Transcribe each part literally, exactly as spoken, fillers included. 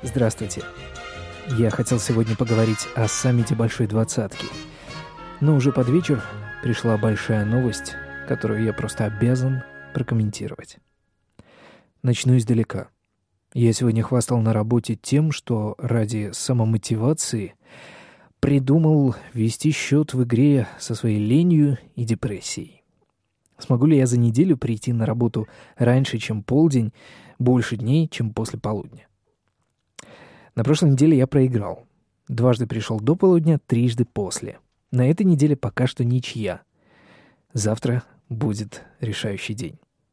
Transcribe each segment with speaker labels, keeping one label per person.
Speaker 1: Здравствуйте. Я хотел сегодня поговорить о саммите Большой Двадцатки. Но уже под вечер пришла большая новость, которую я просто обязан прокомментировать. Начну издалека. Я сегодня хвастал на работе тем, что ради самомотивации придумал вести счет в игре со своей ленью и депрессией. Смогу ли я за неделю прийти на работу раньше, чем полдень, больше дней, чем после полудня? На прошлой неделе я проиграл. Дважды пришел до полудня, трижды после. На этой неделе пока что ничья. Завтра будет решающий день.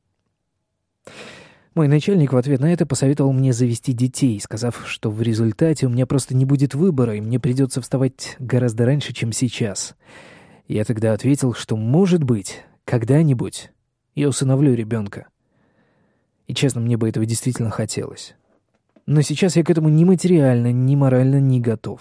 Speaker 1: Мой начальник в ответ на это посоветовал мне завести детей, сказав, что в результате у меня просто не будет выбора, и мне придется вставать гораздо раньше, чем сейчас. Я тогда ответил, что, может быть, когда-нибудь я усыновлю ребенка. И честно, мне бы этого действительно хотелось. Но сейчас я к этому ни материально, ни морально не готов.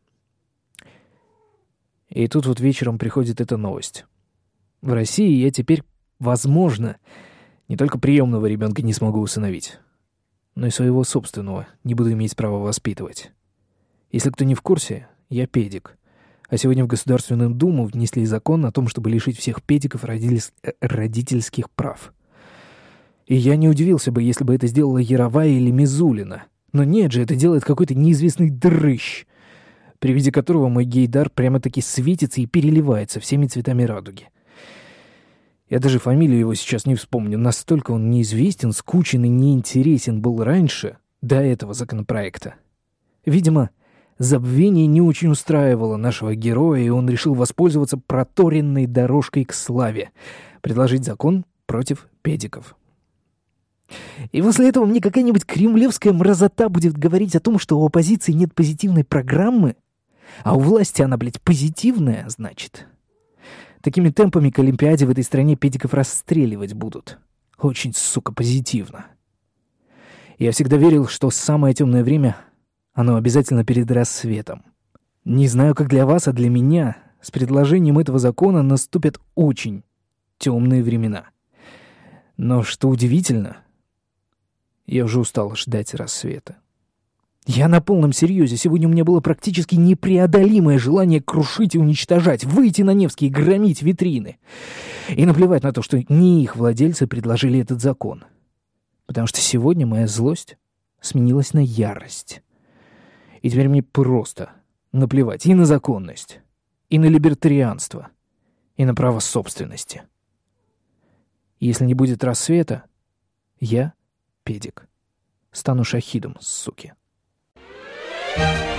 Speaker 1: И тут вот вечером приходит эта новость. В России я теперь, возможно, не только приемного ребенка не смогу усыновить, но и своего собственного не буду иметь права воспитывать. Если кто не в курсе, я педик. А сегодня в Государственную Думу внесли закон о том, чтобы лишить всех педиков родительских прав. И я не удивился бы, если бы это сделала Яровая или Мизулина. Но нет же, это делает какой-то неизвестный дрыщ, при виде которого мой гейдар прямо-таки светится и переливается всеми цветами радуги. Я даже фамилию его сейчас не вспомню, настолько он неизвестен, скучен и неинтересен был раньше, до этого законопроекта. Видимо, забвение не очень устраивало нашего героя, и он решил воспользоваться проторенной дорожкой к славе, предложить закон против педиков. И после этого мне какая-нибудь кремлевская мразота будет говорить о том, что у оппозиции нет позитивной программы, а у власти она, блядь, позитивная, значит. Такими темпами к Олимпиаде в этой стране педиков расстреливать будут. Очень, сука, позитивно. Я всегда верил, что самое темное время, оно обязательно перед рассветом. Не знаю, как для вас, а для меня с предложением этого закона наступят очень темные времена. Но что удивительно, я уже устал ждать рассвета. Я на полном серьезе. Сегодня у меня было практически непреодолимое желание крушить и уничтожать, выйти на Невский и громить витрины. И наплевать на то, что не их владельцы предложили этот закон. Потому что сегодня моя злость сменилась на ярость. И теперь мне просто наплевать и на законность, и на либертарианство, и на право собственности. Если не будет рассвета, я, педик, стану шахидом, суки. Thank you.